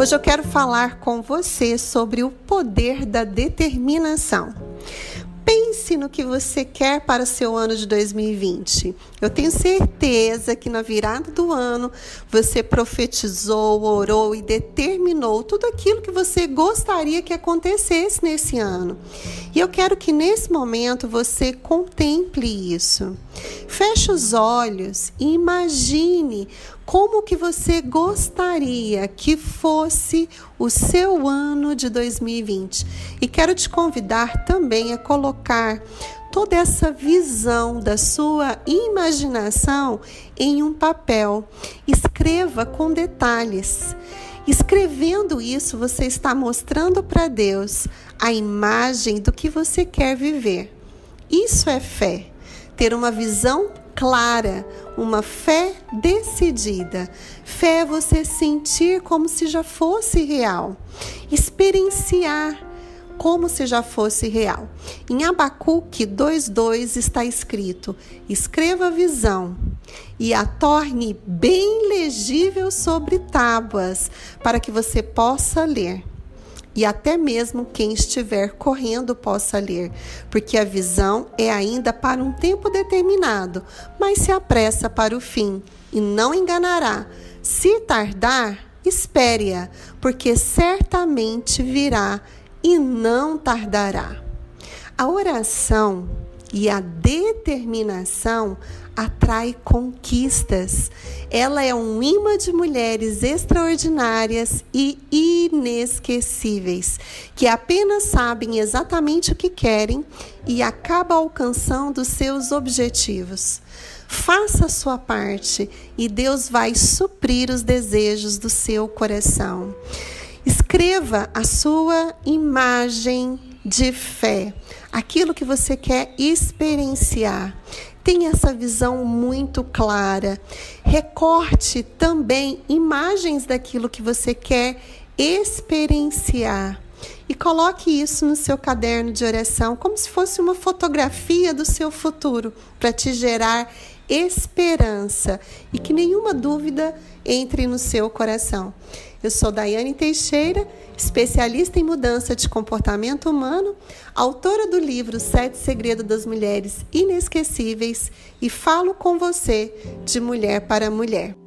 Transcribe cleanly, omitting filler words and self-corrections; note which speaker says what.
Speaker 1: Hoje eu quero falar com você sobre o poder da determinação. Pense no que você quer para o seu ano de 2020. Eu tenho certeza que na virada do ano você profetizou, orou e determinou tudo aquilo que você gostaria que acontecesse nesse ano. E eu quero que nesse momento você contemple isso. Feche os olhos e imagine como que você gostaria que fosse o seu ano de 2020. E quero te convidar também a colocar toda essa visão da sua imaginação em um papel. Escreva com detalhes. Escrevendo isso, você está mostrando para Deus a imagem do que você quer viver. Isso é fé. Ter uma visão clara, uma fé decidida. Fé é você sentir como se já fosse real. Experienciar como se já fosse real. Em Abacuque 2:2 está escrito: escreva a visão e a torne bem legível sobre tábuas, para que você possa ler. E até mesmo quem estiver correndo possa ler, porque a visão é ainda para um tempo determinado, mas se apressa para o fim, e não enganará. Se tardar, espere-a, porque certamente virá e não tardará. A oração e a determinação atrai conquistas. Ela é um imã de mulheres extraordinárias e inesquecíveis, que apenas sabem exatamente o que querem e acabam alcançando seus objetivos. Faça a sua parte e Deus vai suprir os desejos do seu coração. Escreva a sua imagem de fé, aquilo que você quer experienciar. Tenha essa visão muito clara. Recorte também imagens daquilo que você quer experienciar. E coloque isso no seu caderno de oração, como se fosse uma fotografia do seu futuro, para te gerar esperança e que nenhuma dúvida entre no seu coração. Eu sou Daiane Teixeira, especialista em mudança de comportamento humano, autora do livro 7 Segredos das Mulheres Inesquecíveis, e falo com você de mulher para mulher.